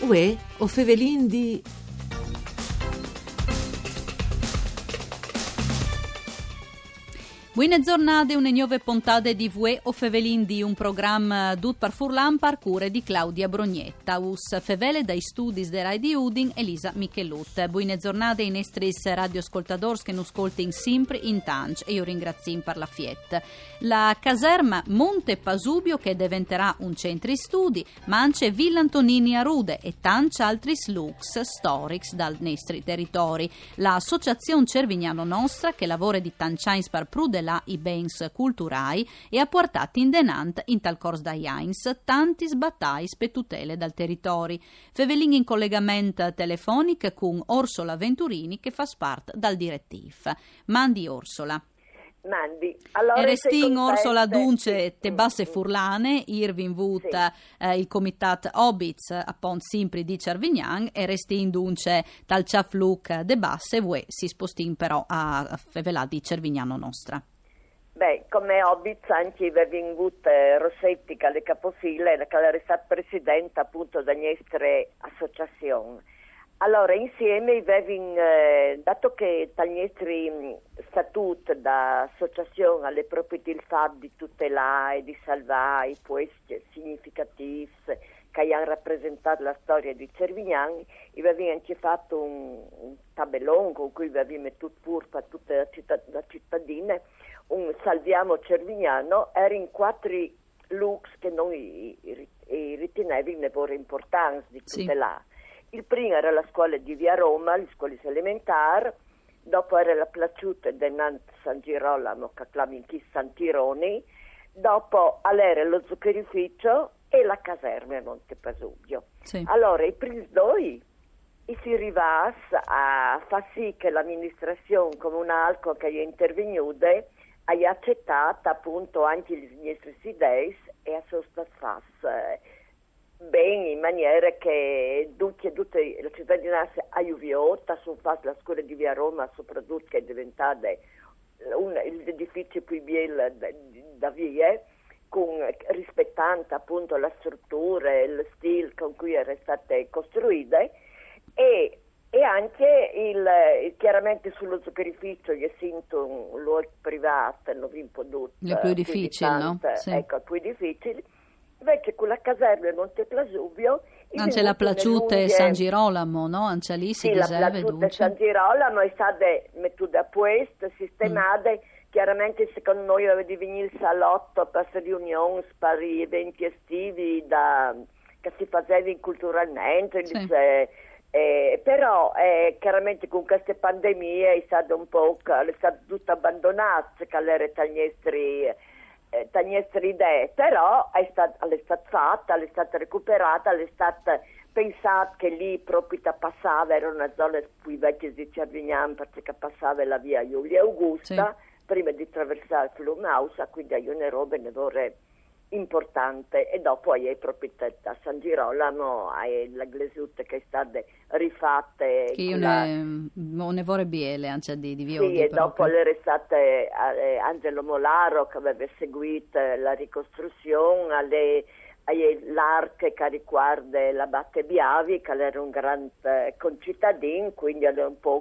Uè, o Fevelin di... Buone giornate, une nuove puntate di Vue o Fevelin di un programma dut par Furlan par cure di Claudia Brognetta, us fevele dai studi de Rai di Udin, Elisa Michelut. Buone giornate ai nostri radioascoltatori che non ascoltano sempre in tanch e io ringrazio per la fiet. La caserma Monte Pasubio che diventerà un centro studi, ma anche Villa Antonini a Rude e tanti altri lux storics dal nostri territori. L'associazione Cervignano Nostra che lavora di tanciains par prude i bens culturali e ha portato in denant in tal corso da Jains tanti sbattais per tutele dal territori. Fevelin in collegamento telefonico con Orsola Venturini che fa parte dal direttiv. Mandi Orsola. Mandi. Allora, Restin Orsola Dunce te basse furlane, Irvin Vut il comitat Obits a Pont Simpri di Cervignan e Restin Dunce tal Ciafluc de basse vue si spostin però a Fevelà di Cervignano Nostra. Beh, come Obits anche avevo avuto Rossetti che è capofile, che era stata presidente appunto della nostra associazione. Allora, insieme avevo, dato che dal nostro statuto d'associazione alle proprietà il fatto di tutelare e di salvare i posti significativi che hanno rappresentato la storia di Cervignano, avevo anche fatto un tabellone con cui avevo messo pure per tutte le cittadine, un Salviamo Cervignano, era in 4 lux che noi ritenevi nevore importanti di tutelare. Sì. Il primo era la scuola di Via Roma, le scuole elementari, dopo era la Placiute de Nant San Girolamo, che chiamano San Tironi, dopo era lo zuccherificio e la caserma a Monte Pasubio. Sì. Allora, i primi due si arrivava a far sì che l'amministrazione comunale che è intervenuta ha accettato appunto anche le nostre idee e ha sostanziato bene in maniera che tutte la cittadinanza ha aiutato su fatto la scuola di Via Roma soprattutto che è diventata l'edificio più bello da via rispettando appunto la struttura e lo stile con cui era stata costruita e anche chiaramente sullo zuccherificio io sento un luogo privato non vi potuto le più difficili, no? Sì. Ecco, più difficili. Invece con la caserma Monte Pasubio anche la Placiute e San Girolamo, no? Anche lì si diserve, la Placiute e San Girolamo è stata messa a posto, sistemata. Chiaramente secondo noi aveva di venire il salotto per le riunioni, per gli eventi estivi che si facevano culturalmente, sì. Però chiaramente con queste pandemie è stato un po' è stato tutto abbandonato, che era tra le nostre idee, però è stata fatta, è stata recuperata, è stata pensata che lì proprio passava, era una zona più vecchia di Cervignan perché passava la via Giulia Augusta, sì. Prima di attraversare il fiume Ausa, quindi è una roba importante e dopo è proprietà a San Girolamo, è la glesute che è stata rifatta. Che ne vorrei biele anche di Viodi. Sì, e dopo era stato Angelo Molaro che aveva seguito la ricostruzione, l'arte che riguarda l'abate Biavi, che era un grande concittadino, quindi era un po'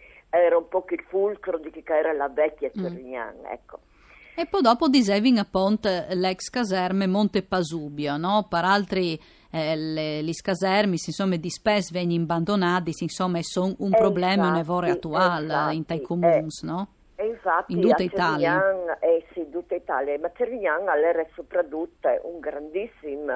il fulcro di che era la vecchia Cervignano, ecco. E poi dopo disevin appunto l'ex caserme Monte Pasubio, no? Per altri le caserme insomma di spesso vengono abbandonati, insomma sono un problema un evore attuale in tai comuni, no? E infatti in tutta Italia. Sì, in tutta Italia, ma Cervignano era soprattutto un grandissimo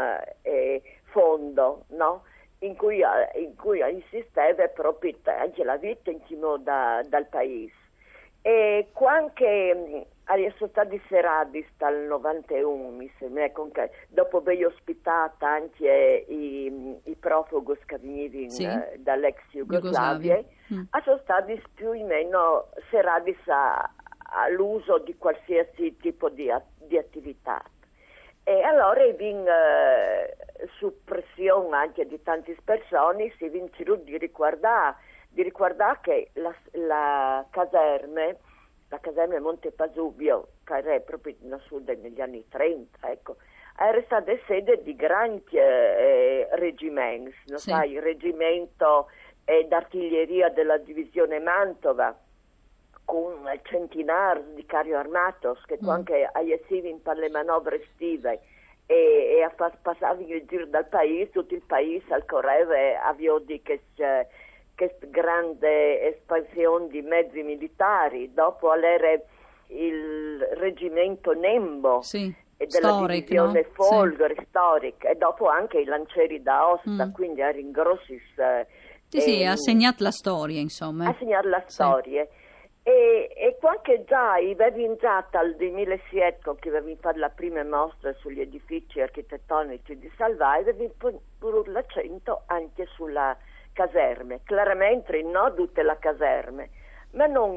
fondo, no? In cui insisteva proprio anche la vita intimo dal paese. E quando sono stati serati dal 91, mi sembra, dopo aver ospitato anche i profughi che venivano sì. Dall'ex Jugoslavia, sono stati più o meno serati all'uso di qualsiasi tipo di attività. E allora su pressione anche di tante persone si vincerà di ricordare che la caserma Monte Pasubio, che era proprio in sud negli anni 30, ecco, era stata sede di grandi reggimenti, no? Sì. Sai, il reggimento d'artiglieria della divisione Mantova, con centinaia di carri armatos che anche aiessivano per le manovre estive e passavano il giro dal paese, tutto il paese al correve aveva di questa grande espansione di mezzi militari. Dopo all'era il reggimento Nembo, sì, e della storic, divisione no? Folgore, sì, storic, e dopo anche i lancieri d'Aosta, quindi era in grossi... Sì, ha segnato la storia, insomma. Ha segnato la Sì. storia. E qualche già avevo già dal 2007, che avevo fatto la prima mostra sugli edifici architettonici di Salvai, avevo posto l'accento anche sulla caserme. Chiaramente non tutte le caserme, ma non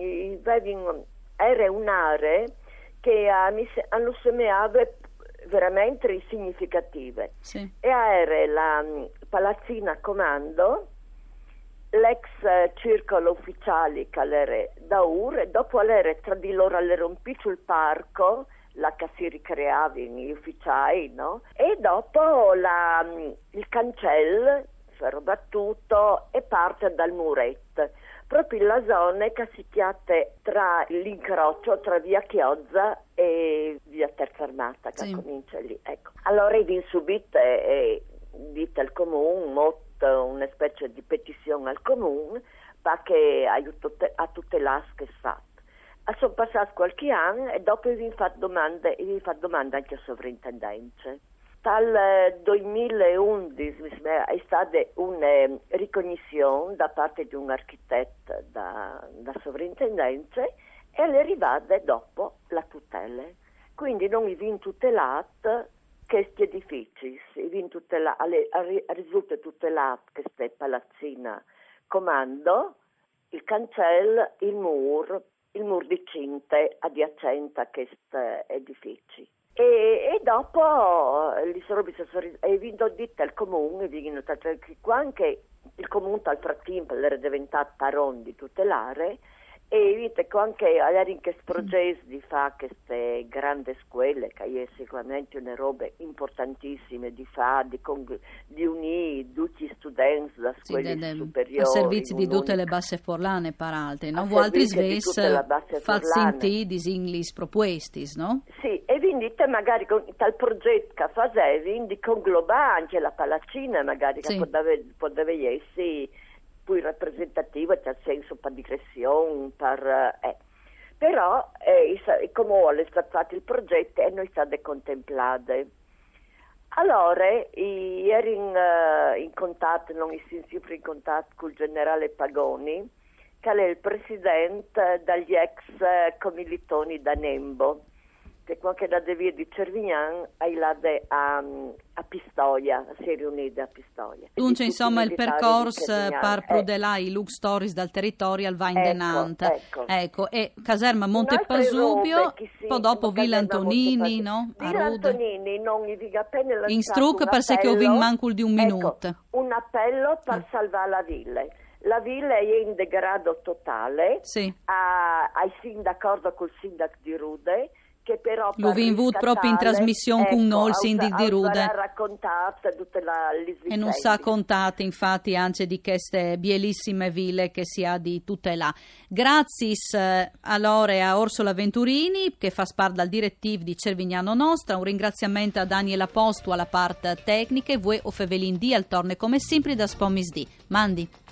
era un'area che hanno sembrato veramente significative. Sì. E era la palazzina comando, l'ex circolo ufficiali che era da Ur, e dopo era tra di loro era un piccolo parco là che si ricreavano gli ufficiali, no? E dopo il cancello ferrobattuto e parte dal muretto, proprio la zona che si chiama tra l'incrocio tra via Chiozza e via Terza Armata, che comincia lì, ecco. Allora vi subito dite al comune, una specie di petizione al comune perché a tutte le che fatto. Sono passati qualche anno e dopo vi fatto domande anche al sovrintendente. Dal 2011 è stata una ricognizione da parte di un architetto da sovrintendente e è arrivata dopo la tutela. Quindi non vi tutelati questi edifici, risulta tutelato questa palazzina comando, il cancello, il mur di cinte adiacente a questi edifici. E dopo vi vinto dite al comune, anche il comune al frattempo era diventato taron di tutelare, e vedete che anche era in questo progetto di fare queste grandi scuole, che è sicuramente una roba importantissima di fare, di unire tutti gli studenti da scuole superiori. A servizi di tutte le basse forlane, peraltro, no? Voi altri svesi fatti disinglis propuestis, no? Sì, e quindi magari con tal progetto che facevi, di conglobare anche la palazzina, magari, che poteva essere più rappresentativa, nel senso per digressione, però come è stato fatto il progetto e noi state contemplate. Allora ero in contatto, non sono sempre in contatto con il generale Pagoni, che è il presidente degli ex commilitoni da Nembo, che qualche da devia di Cervignan a Pistoia, si è riunita a Pistoia. Dunque, insomma, il percorso per Prudelai, Lux Stories dal territorio al Vain de Nantes. Ecco, e caserma Montepasubio, poi dopo Villa Antonini, no? Villa Antonini, non mi dica appena lanciato in struc per se che ho vinto mancul di un minuto. Un appello per salvare la villa. La villa è in degrado totale, sì. Ai sin d'accordo col sindaco di Rude, che però lo vi invito proprio in trasmissione con noi il sindaco di Rude e non sa contate infatti anche di queste bielissime ville che si ha di tutela. Grazie allora a Orsola Venturini che fa parte dal direttivo di Cervignano Nostra, un ringraziamento a Daniela Postu alla parte tecnica e voi o Fevelin D al torne come sempre da Spomis D. Mandi.